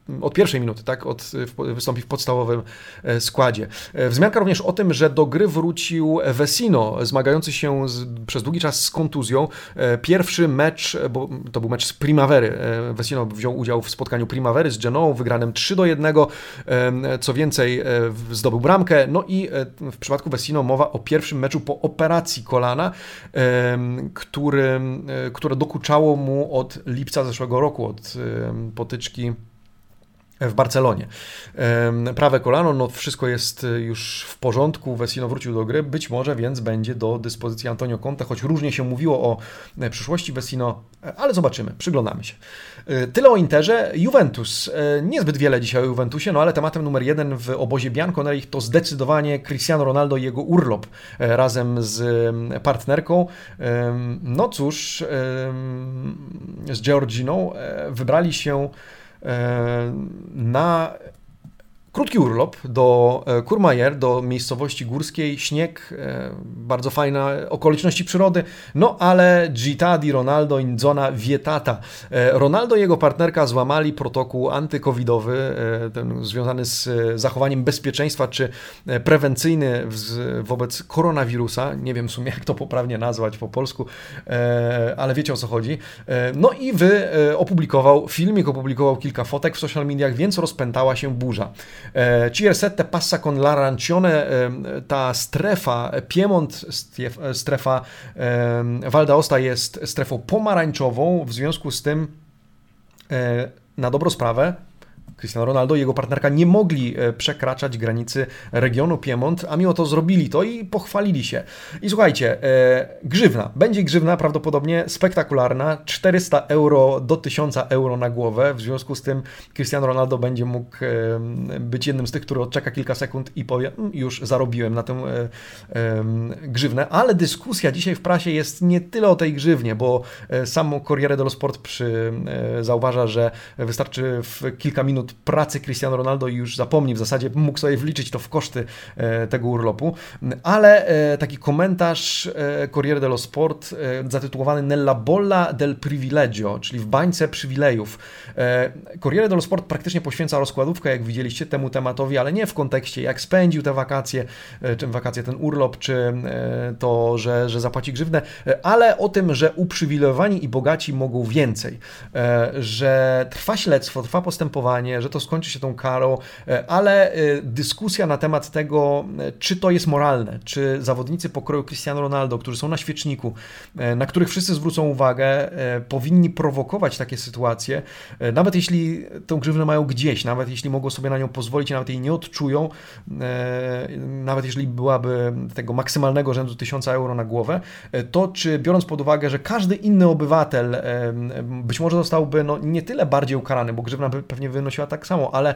od pierwszej minuty, tak, od, wystąpi w podstawowym składzie. Wzmianka również o tym, że do gry wrócił Vecino, zmagający się z, przez długi czas z kontuzją. Pierwszy mecz, bo to był mecz z Primavery. Vecino wziął udział w spotkaniu Primavery z Genoą, wygranym trzy do jednego. Co więcej, zdobył bramkę. No i w przypadku Vecino mowa o pierwszym meczu po operacji kolana, który, które dokuczało mu od lipca zeszłego roku, od potyczki w Barcelonie. Prawe kolano, no wszystko jest już w porządku, Vecino wrócił do gry, być może więc będzie do dyspozycji Antonio Conte, choć różnie się mówiło o przyszłości Vecino, ale zobaczymy, przyglądamy się. Tyle o Interze. Juventus. Niezbyt wiele dzisiaj o Juventusie, no ale tematem numer jeden w obozie Bianconeri to zdecydowanie Cristiano Ronaldo i jego urlop razem z partnerką. No cóż, z Georginą wybrali się na krótki urlop do Courmayeur, do miejscowości górskiej, śnieg, bardzo fajne okoliczności przyrody, no ale Gita di Ronaldo in zona vietata. Ronaldo i jego partnerka złamali protokół antykowidowy, ten związany z zachowaniem bezpieczeństwa, czy prewencyjny wobec koronawirusa, nie wiem w sumie jak to poprawnie nazwać po polsku, ale wiecie o co chodzi. No i wy opublikował filmik, opublikował kilka fotek w social mediach, więc rozpętała się burza. Ciercette passa con l'arancione, ta strefa Piemont, strefa Val d'Aosta jest strefą pomarańczową, w związku z tym na dobrą sprawę Cristiano Ronaldo i jego partnerka nie mogli przekraczać granicy regionu Piemont, a mimo to zrobili to i pochwalili się. I słuchajcie, e, grzywna, będzie grzywna prawdopodobnie spektakularna, czterysta euro do tysiąc euro na głowę, w związku z tym Cristiano Ronaldo będzie mógł e, być jednym z tych, który odczeka kilka sekund i powie, już zarobiłem na tę e, e, grzywnę, ale dyskusja dzisiaj w prasie jest nie tyle o tej grzywnie, bo samo Corriere dello Sport przy, e, zauważa, że wystarczy w kilka minut pracy Cristiano Ronaldo i już zapomni, w zasadzie mógł sobie wliczyć to w koszty tego urlopu, ale taki komentarz Corriere dello Sport zatytułowany Nella bolla del privilegio, czyli w bańce przywilejów. Corriere dello Sport praktycznie poświęca rozkładówkę, jak widzieliście, temu tematowi, ale nie w kontekście jak spędził te wakacje, czy wakacje ten urlop, czy to, że, że zapłaci grzywnę, ale o tym, że uprzywilejowani i bogaci mogą więcej, że trwa śledztwo, trwa postępowanie, że to skończy się tą karą, ale dyskusja na temat tego, czy to jest moralne, czy zawodnicy pokroju Cristiano Ronaldo, którzy są na świeczniku, na których wszyscy zwrócą uwagę, powinni prowokować takie sytuacje, nawet jeśli tę grzywnę mają gdzieś, nawet jeśli mogą sobie na nią pozwolić, nawet jej nie odczują, nawet jeżeli byłaby tego maksymalnego rzędu tysiąc euro na głowę, to czy biorąc pod uwagę, że każdy inny obywatel być może zostałby no, nie tyle bardziej ukarany, bo grzywna by pewnie wynosiła tak samo, ale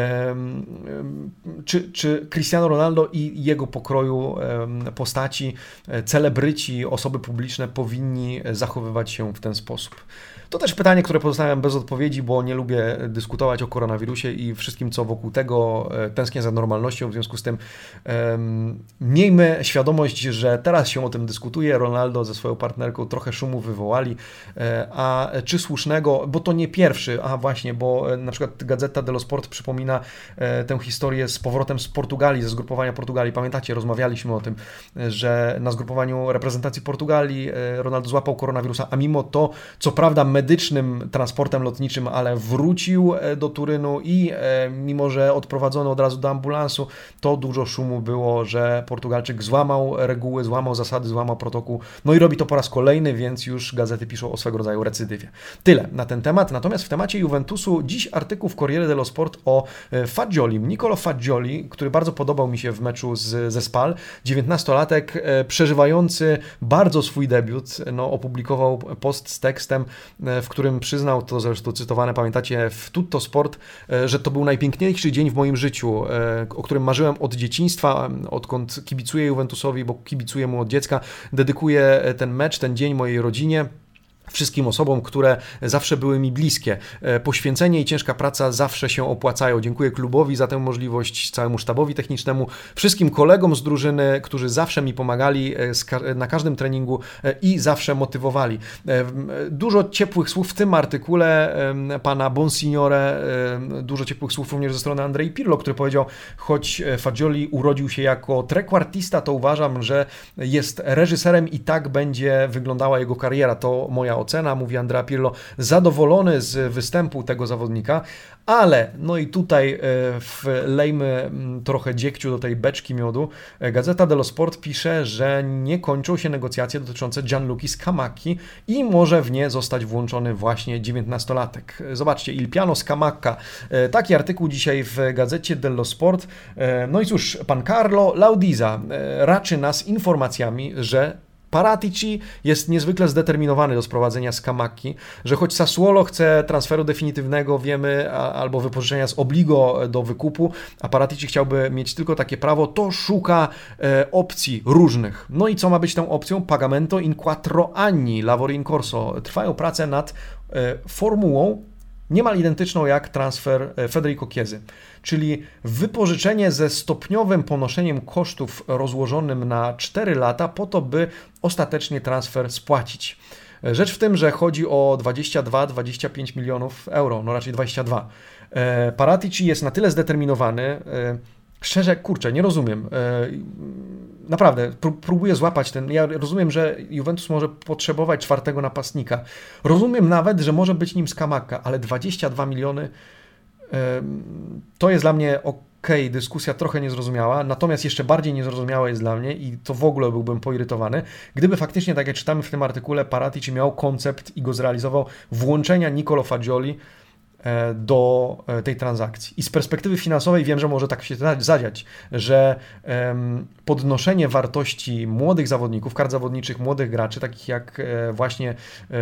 um, czy, czy Cristiano Ronaldo i jego pokroju um, postaci, celebryci, osoby publiczne powinni zachowywać się w ten sposób? To też pytanie, które pozostawiam bez odpowiedzi, bo nie lubię dyskutować o koronawirusie i wszystkim, co wokół tego, tęsknię za normalnością, w związku z tym um, miejmy świadomość, że teraz się o tym dyskutuje, Ronaldo ze swoją partnerką trochę szumu wywołali, a czy słusznego, bo to nie pierwszy, a właśnie, bo na przykład Gazzetta dello Sport przypomina tę historię z powrotem z Portugalii, ze zgrupowania Portugalii. Pamiętacie, rozmawialiśmy o tym, że na zgrupowaniu reprezentacji Portugalii Ronaldo złapał koronawirusa, a mimo to, co prawda medycznym transportem lotniczym, ale wrócił do Turynu i mimo, że odprowadzono od razu do ambulansu, to dużo szumu było, że Portugalczyk złamał reguły, złamał zasady, złamał protokół, no i robi to po raz kolejny, więc już gazety piszą o swego rodzaju recydywie. Tyle na ten temat, natomiast w temacie Juventusu dziś artykuł w Corriere dello Sport o Fagiolim, Nicolo Fagioli, który bardzo podobał mi się w meczu z, ze Spal, dziewiętnastolatek przeżywający bardzo swój debiut, no, opublikował post z tekstem, w którym przyznał, to zresztą cytowane, pamiętacie, w Tutto Sport, że to był najpiękniejszy dzień w moim życiu, o którym marzyłem od dzieciństwa, odkąd kibicuję Juventusowi, bo kibicuję mu od dziecka, dedykuję ten mecz, ten dzień mojej rodzinie. wszystkim osobom, które zawsze były mi bliskie. Poświęcenie i ciężka praca zawsze się opłacają. Dziękuję klubowi za tę możliwość, całemu sztabowi technicznemu, wszystkim kolegom z drużyny, którzy zawsze mi pomagali na każdym treningu i zawsze motywowali. Dużo ciepłych słów w tym artykule pana Bonsignore, dużo ciepłych słów również ze strony Andrei Pirlo, który powiedział, choć Fagioli urodził się jako trequartista, to uważam, że jest reżyserem i tak będzie wyglądała jego kariera. To moja ocena, mówi Andrea Pirlo, zadowolony z występu tego zawodnika, ale, no i tutaj wlejmy trochę dziegciu do tej beczki miodu. Gazeta dello Sport pisze, że nie kończą się negocjacje dotyczące Gianluigi Scamacchi i może w nie zostać włączony właśnie dziewiętnastolatek. Zobaczcie, Il piano Scamacca. Taki artykuł dzisiaj w Gazecie dello Sport. No i cóż, pan Carlo Laudiza raczy nas informacjami, że Paratici jest niezwykle zdeterminowany do sprowadzenia Scamacchi, że choć Sassuolo chce transferu definitywnego, wiemy, a, albo wypożyczenia z obligo do wykupu, a Paratici chciałby mieć tylko takie prawo, to szuka e, opcji różnych. No i co ma być tą opcją? Pagamento in quattro anni, lavori in corso. Trwają prace nad e, formułą niemal identyczną jak transfer Federico Chiesy, czyli wypożyczenie ze stopniowym ponoszeniem kosztów rozłożonym na cztery lata po to, by ostatecznie transfer spłacić. Rzecz w tym, że chodzi o dwadzieścia dwa do dwudziestu pięciu milionów euro, no raczej dwadzieścia dwa. Paratici jest na tyle zdeterminowany, szczerze, kurczę, nie rozumiem. Naprawdę, próbuję złapać ten... Ja rozumiem, że Juventus może potrzebować czwartego napastnika. Rozumiem nawet, że może być nim Scamacca, ale dwadzieścia dwa miliony to jest dla mnie okej, dyskusja trochę niezrozumiała, natomiast jeszcze bardziej niezrozumiała jest dla mnie i to w ogóle byłbym poirytowany, gdyby faktycznie, tak jak czytamy w tym artykule, Paratici miał koncept i go zrealizował włączenia Nicolo Fagioli do tej transakcji. I z perspektywy finansowej wiem, że może tak się zadziać, że podnoszenie wartości młodych zawodników, kart zawodniczych, młodych graczy, takich jak właśnie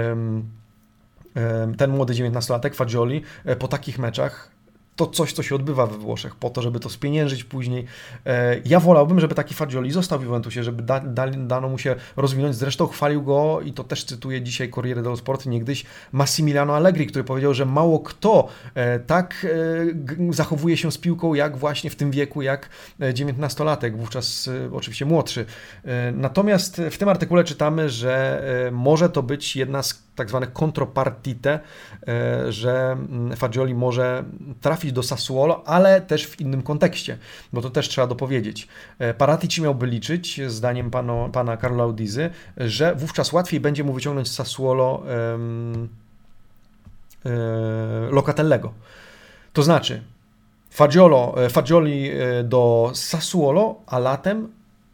ten młody dziewiętnastolatek Fagioli, po takich meczach, to coś, co się odbywa we Włoszech, po to, żeby to spieniężyć później. Ja wolałbym, żeby taki Fagioli został w Juventusie, żeby da, da, dano mu się rozwinąć. Zresztą chwalił go, i to też cytuję dzisiaj Corriere dello Sport, niegdyś Massimiliano Allegri, który powiedział, że mało kto tak zachowuje się z piłką, jak właśnie w tym wieku, jak dziewiętnastolatek, wówczas oczywiście młodszy. Natomiast w tym artykule czytamy, że może to być jedna z tak zwanych contropartite, że Fagioli może trafić do Sassuolo, ale też w innym kontekście, bo to też trzeba dopowiedzieć. Paratici miałby liczyć, zdaniem pano, pana Carlo Laudizy, że wówczas łatwiej będzie mu wyciągnąć z Sassuolo um, um, Locatellego. To znaczy Fagiolo, Fagioli do Sassuolo, a latem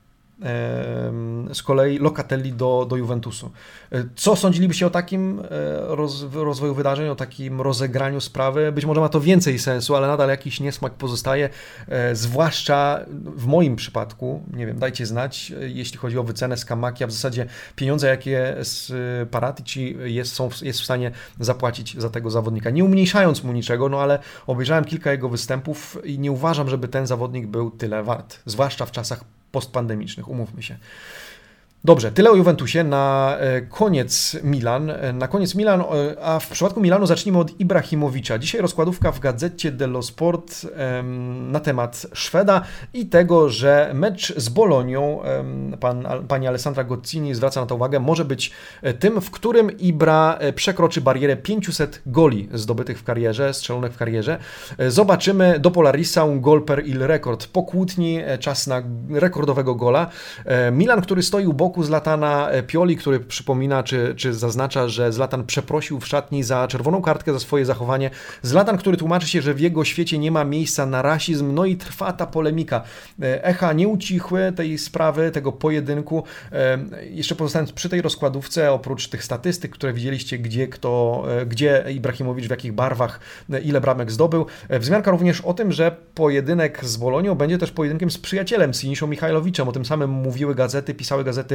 z kolei Locatelli do, do Juventusu. Co sądzilibyście o takim roz, rozwoju wydarzeń, o takim rozegraniu sprawy? Być może ma to więcej sensu, ale nadal jakiś niesmak pozostaje, zwłaszcza w moim przypadku, nie wiem, dajcie znać, jeśli chodzi o wycenę Scamacchi, a w zasadzie pieniądze, jakie z Paratici jest, są, jest w stanie zapłacić za tego zawodnika. Nie umniejszając mu niczego, no ale obejrzałem kilka jego występów i nie uważam, żeby ten zawodnik był tyle wart, zwłaszcza w czasach postpandemicznych, umówmy się. Dobrze, tyle o Juventusie. Na koniec Milan. Na koniec Milan, a w przypadku Milanu zacznijmy od Ibrahimowicza. Dzisiaj rozkładówka w Gazecie dello Sport na temat Szweda i tego, że mecz z Bolonią, pan, pani Alessandra Gozzini zwraca na to uwagę, może być tym, w którym Ibra przekroczy barierę pięciuset goli zdobytych w karierze, strzelonych w karierze. Zobaczymy do Polarisa un gol per il record. Po kłótni czas na rekordowego gola. Milan, który stoi u boku Zlatana Pioli, który przypomina, czy, czy zaznacza, że Zlatan przeprosił w szatni za czerwoną kartkę, za swoje zachowanie. Zlatan, który tłumaczy się, że w jego świecie nie ma miejsca na rasizm, no i trwa ta polemika. Echa nie ucichły tej sprawy, tego pojedynku. Jeszcze pozostając przy tej rozkładówce, oprócz tych statystyk, które widzieliście, gdzie kto, gdzie Ibrahimowicz, w jakich barwach, ile bramek zdobył, wzmianka również o tym, że pojedynek z Bolonią będzie też pojedynkiem z przyjacielem, Siniszą Michajlowiczem. O tym samym mówiły gazety, pisały gazety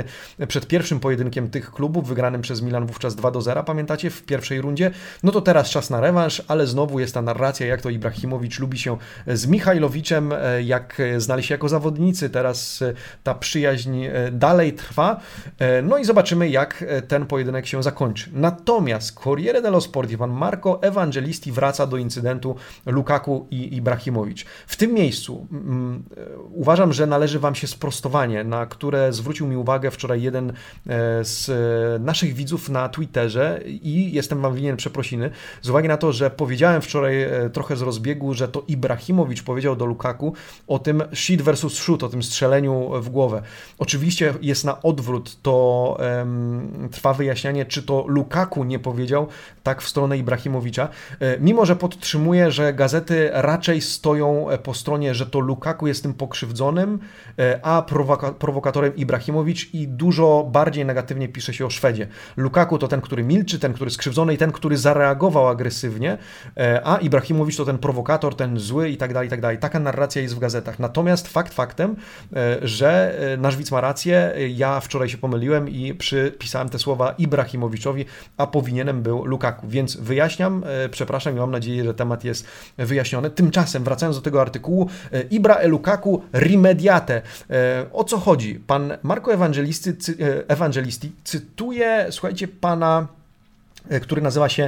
przed pierwszym pojedynkiem tych klubów, wygranym przez Milan wówczas dwa do zera, pamiętacie, w pierwszej rundzie. No to teraz czas na rewanż, ale znowu jest ta narracja, jak to Ibrahimowicz lubi się z Michajlowiczem, jak znali się jako zawodnicy, teraz ta przyjaźń dalej trwa. No i zobaczymy, jak ten pojedynek się zakończy. Natomiast Corriere dello Sport i pan Marco Evangelisti wraca do incydentu Lukaku i Ibrahimowicz. W tym miejscu um, uważam, że należy wam się sprostowanie, na które zwrócił mi uwagę wczoraj jeden z naszych widzów na Twitterze i jestem wam winien przeprosiny z uwagi na to, że powiedziałem wczoraj trochę z rozbiegu, że to Ibrahimowicz powiedział do Lukaku o tym shoot versus shoot, o tym strzeleniu w głowę. Oczywiście jest na odwrót, to um, trwa wyjaśnianie, czy to Lukaku nie powiedział tak w stronę Ibrahimowicza, mimo że podtrzymuję, że gazety raczej stoją po stronie, że to Lukaku jest tym pokrzywdzonym, a prowoka- prowokatorem Ibrahimowicz i dużo bardziej negatywnie pisze się o Szwedzie. Lukaku to ten, który milczy, ten, który skrzywdzony i ten, który zareagował agresywnie, a Ibrahimowicz to ten prowokator, ten zły i tak dalej, i tak dalej. Taka narracja jest w gazetach. Natomiast fakt faktem, że nasz widz ma rację, ja wczoraj się pomyliłem i przypisałem te słowa Ibrahimowiczowi, a powinienem był Lukaku. Więc wyjaśniam, przepraszam i mam nadzieję, że temat jest wyjaśniony. Tymczasem, wracając do tego artykułu, Ibra e Lukaku rimediate. O co chodzi? Pan Marco Evangelisti, Evangelisti cytuje, słuchajcie, pana, który nazywa się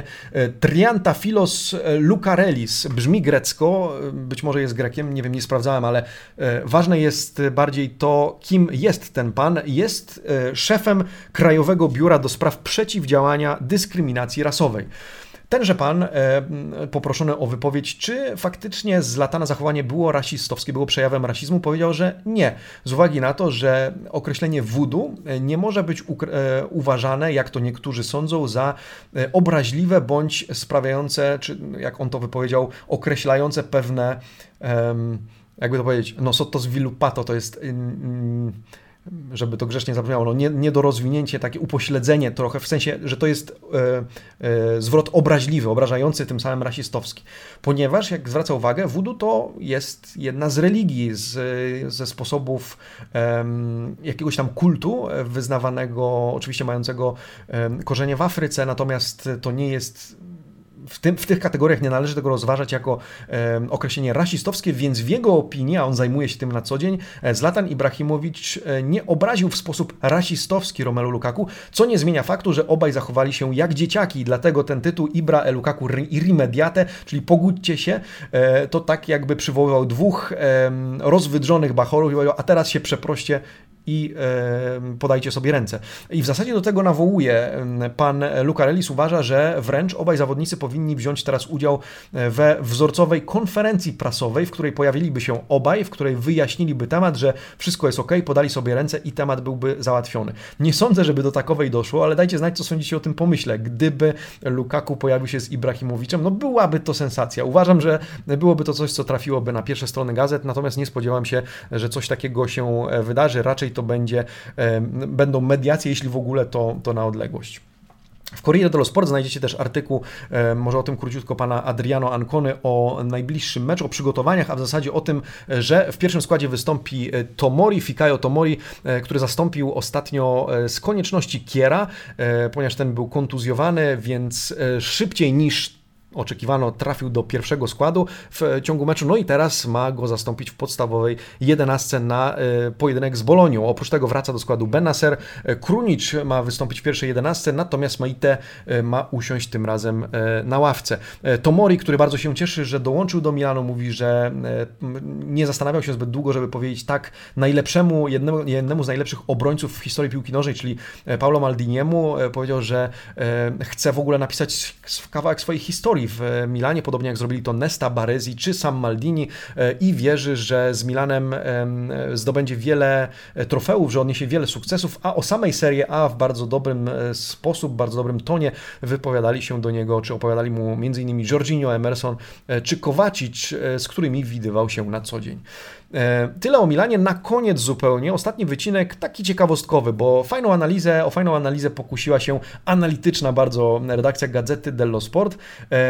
Triantafilos Lucarellis. Brzmi grecko, być może jest Grekiem, nie wiem, nie sprawdzałem, ale ważne jest bardziej to, kim jest ten pan. Jest szefem Krajowego Biura do Spraw Przeciwdziałania Dyskryminacji Rasowej. Tenże pan, e, poproszony o wypowiedź, czy faktycznie Zlatana zachowanie było rasistowskie, było przejawem rasizmu, powiedział, że nie. Z uwagi na to, że określenie voodoo nie może być u, e, uważane, jak to niektórzy sądzą, za e, obraźliwe bądź sprawiające, czy jak on to wypowiedział, określające pewne, e, jakby to powiedzieć, no sotto sviluppato, to jest... Mm, żeby to grzecznie zabrzmiało, no nie, niedorozwinięcie, takie upośledzenie trochę, w sensie, że to jest e, e, zwrot obraźliwy, obrażający, tym samym rasistowski. Ponieważ, jak zwraca uwagę, voodoo to jest jedna z religii, z, ze sposobów e, jakiegoś tam kultu wyznawanego, oczywiście mającego e, korzenie w Afryce, natomiast to nie jest... W, tym, w tych kategoriach nie należy tego rozważać jako e, określenie rasistowskie, więc w jego opinii, a on zajmuje się tym na co dzień, e, Zlatan Ibrahimowicz e, nie obraził w sposób rasistowski Romelu Lukaku, co nie zmienia faktu, że obaj zachowali się jak dzieciaki i dlatego ten tytuł Ibra e Lukaku rimediate, czyli pogódźcie się, e, to tak jakby przywoływał dwóch e, rozwydrzonych bachorów i powiedział, a teraz się przeproście i e, podajcie sobie ręce. I w zasadzie do tego nawołuje pan Lucarellis, uważa, że wręcz obaj zawodnicy powinni wziąć teraz udział we wzorcowej konferencji prasowej, w której pojawiliby się obaj, w której wyjaśniliby temat, że wszystko jest ok, podali sobie ręce i temat byłby załatwiony. Nie sądzę, żeby do takowej doszło, ale dajcie znać, co sądzicie o tym pomyśle. Gdyby Lukaku pojawił się z Ibrahimowiczem, no byłaby to sensacja. Uważam, że byłoby to coś, co trafiłoby na pierwsze strony gazet, natomiast nie spodziewam się, że coś takiego się wydarzy. Raczej to będzie, będą mediacje, jeśli w ogóle to, to na odległość. W Corriere dello Sport znajdziecie też artykuł, może o tym króciutko, pana Adriano Ancony o najbliższym meczu, o przygotowaniach, a w zasadzie o tym, że w pierwszym składzie wystąpi Tomori, Fikayo Tomori, który zastąpił ostatnio z konieczności Kiera, ponieważ ten był kontuzjowany, więc szybciej niż oczekiwano trafił do pierwszego składu w ciągu meczu, no i teraz ma go zastąpić w podstawowej jedenastce na pojedynek z Bolonią. Oprócz tego wraca do składu Benacer, Krunic ma wystąpić w pierwszej jedenastce, natomiast Meite ma usiąść tym razem na ławce. Tomori, który bardzo się cieszy, że dołączył do Milanu, mówi, że nie zastanawiał się zbyt długo, żeby powiedzieć tak najlepszemu, jednemu, jednemu z najlepszych obrońców w historii piłki nożnej, czyli Paolo Maldiniemu. Powiedział, że chce w ogóle napisać kawałek swojej historii w Milanie, podobnie jak zrobili to Nesta, Baresi czy sam Maldini, i wierzy, że z Milanem zdobędzie wiele trofeów, że odniesie wiele sukcesów, a o samej Serie A w bardzo dobrym sposób, bardzo dobrym tonie wypowiadali się do niego, czy opowiadali mu m.in. Jorginho, Emerson czy Kovacic, z którymi widywał się na co dzień. Tyle o Milanie. Na koniec zupełnie ostatni wycinek, taki ciekawostkowy, bo fajną analizę, o fajną analizę pokusiła się analityczna bardzo redakcja Gazety dello Sport.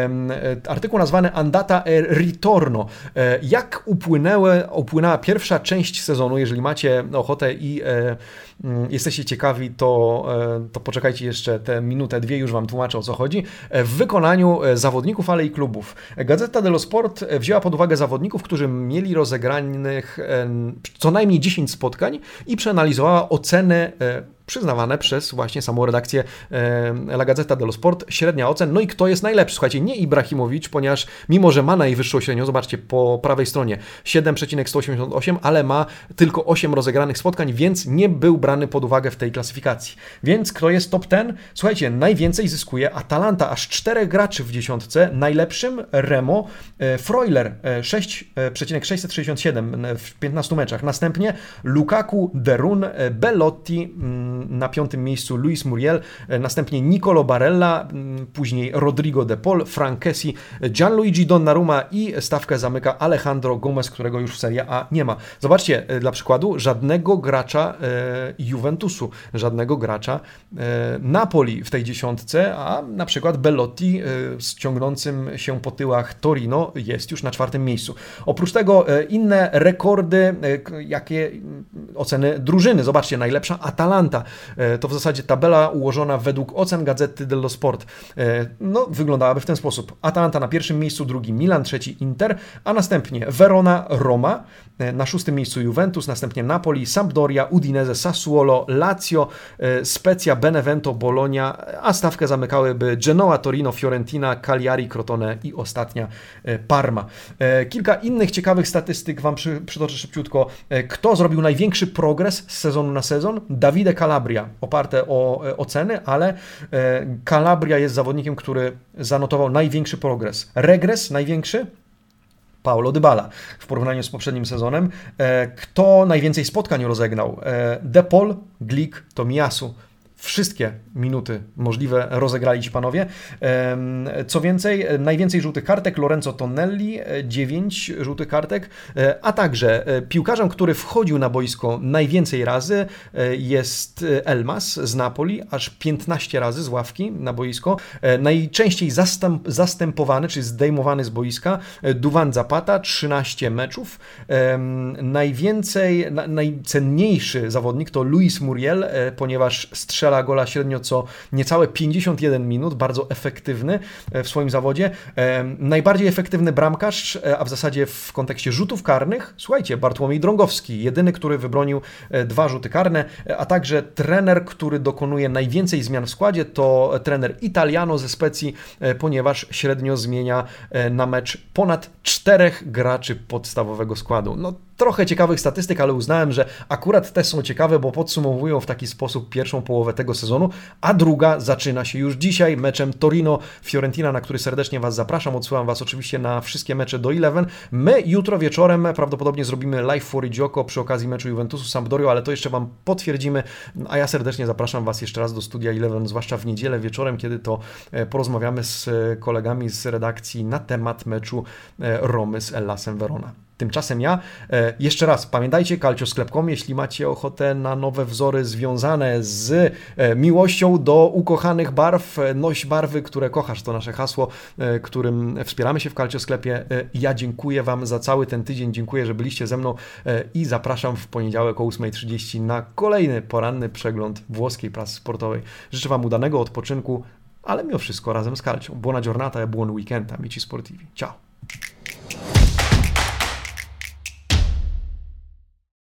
Artykuł nazwany Andata e Ritorno. Jak upłynęły, upłynęła pierwsza część sezonu, jeżeli macie ochotę i e, jesteście ciekawi, to, e, to poczekajcie jeszcze tę minutę, dwie, już wam tłumaczę, o co chodzi. W wykonaniu zawodników, ale i klubów. Gazeta dello Sport wzięła pod uwagę zawodników, którzy mieli rozegranych e, co najmniej dziesięć spotkań i przeanalizowała oceny e, przyznawane przez właśnie samą redakcję e, La Gazzetta dello Sport, średnia ocen. No i kto jest najlepszy? Słuchajcie, nie Ibrahimowicz, ponieważ mimo, że ma najwyższą średnią, zobaczcie po prawej stronie siedem przecinek sto osiemdziesiąt osiem, ale ma tylko osiem rozegranych spotkań, więc nie był brany pod uwagę w tej klasyfikacji. Więc kto jest top dziesięć? Słuchajcie, najwięcej zyskuje Atalanta, aż czterech graczy w dziesiątce. Najlepszym Remo e, Freuler, e, sześć przecinek sześćset sześćdziesiąt siedem w piętnastu meczach. Następnie Lukaku, Derun, e, Bellotti, mm, na piątym miejscu Luis Muriel, następnie Nicolo Barella, później Rodrigo de Paul, Frank Kessie, Gianluigi Donnarumma i stawkę zamyka Alejandro Gomez, którego już w Serie A nie ma. Zobaczcie, dla przykładu, żadnego gracza e, Juventusu, żadnego gracza e, Napoli w tej dziesiątce, a na przykład Bellotti e, z ciągnącym się po tyłach Torino jest już na czwartym miejscu. Oprócz tego e, inne rekordy, e, jakie oceny drużyny. Zobaczcie, najlepsza Atalanta. To w zasadzie tabela ułożona według ocen Gazety dello Sport. No, wyglądałaby w ten sposób. Atalanta na pierwszym miejscu, drugi Milan, trzeci Inter, a następnie Verona, Roma, na szóstym miejscu Juventus, następnie Napoli, Sampdoria, Udinese, Sassuolo, Lazio, Spezia, Benevento, Bologna, a stawkę zamykałyby Genoa, Torino, Fiorentina, Cagliari, Crotone i ostatnia Parma. Kilka innych ciekawych statystyk wam przy, przytoczę szybciutko. Kto zrobił największy progres z sezonu na sezon? Davide Calabria, oparte o oceny, ale Calabria jest zawodnikiem, który zanotował największy progres. Regres największy? Paulo Dybala w porównaniu z poprzednim sezonem. Kto najwięcej spotkań rozegnał? De Paul, Glik, Tomiyasu. Wszystkie minuty możliwe rozegrali ci panowie. Co więcej, najwięcej żółtych kartek Lorenzo Tonelli, dziewięć żółtych kartek, a także piłkarzem, który wchodził na boisko najwięcej razy jest Elmas z Napoli, aż piętnaście razy z ławki na boisko. Najczęściej zastęp, zastępowany, czy zdejmowany z boiska Duvan Zapata, trzynaście meczów. Najwięcej, na, najcenniejszy zawodnik to Luis Muriel, ponieważ strzela gola średnio co niecałe pięćdziesiąt jeden minut, bardzo efektywny w swoim zawodzie. Najbardziej efektywny bramkarz, a w zasadzie w kontekście rzutów karnych, słuchajcie, Bartłomiej Drągowski, jedyny, który wybronił dwa rzuty karne, a także trener, który dokonuje najwięcej zmian w składzie, to trener Italiano ze Specji, ponieważ średnio zmienia na mecz ponad czterech graczy podstawowego składu. No, trochę ciekawych statystyk, ale uznałem, że akurat te są ciekawe, bo podsumowują w taki sposób pierwszą połowę tego sezonu, a druga zaczyna się już dzisiaj meczem Torino-Fiorentina, na który serdecznie Was zapraszam. Odsyłam Was oczywiście na wszystkie mecze do jedenastu. My jutro wieczorem prawdopodobnie zrobimy live for Gioco przy okazji meczu Juventusu z Sampdorią, ale to jeszcze Wam potwierdzimy, a ja serdecznie zapraszam Was jeszcze raz do studia jedenastu, zwłaszcza w niedzielę wieczorem, kiedy to porozmawiamy z kolegami z redakcji na temat meczu Romy z Hellasem Verona. Tymczasem ja, e, jeszcze raz, pamiętajcie, calcio sklep kropka com, jeśli macie ochotę na nowe wzory związane z e, miłością do ukochanych barw, e, noś barwy, które kochasz, to nasze hasło, e, którym wspieramy się w Calcio Sklepie. E, ja dziękuję Wam za cały ten tydzień, dziękuję, że byliście ze mną e, i zapraszam w poniedziałek o ósma trzydzieści na kolejny poranny przegląd włoskiej prasy sportowej. Życzę Wam udanego odpoczynku, ale mimo wszystko razem z Calcio. Buona giornata e buon weekend, amici sportivi. Ciao!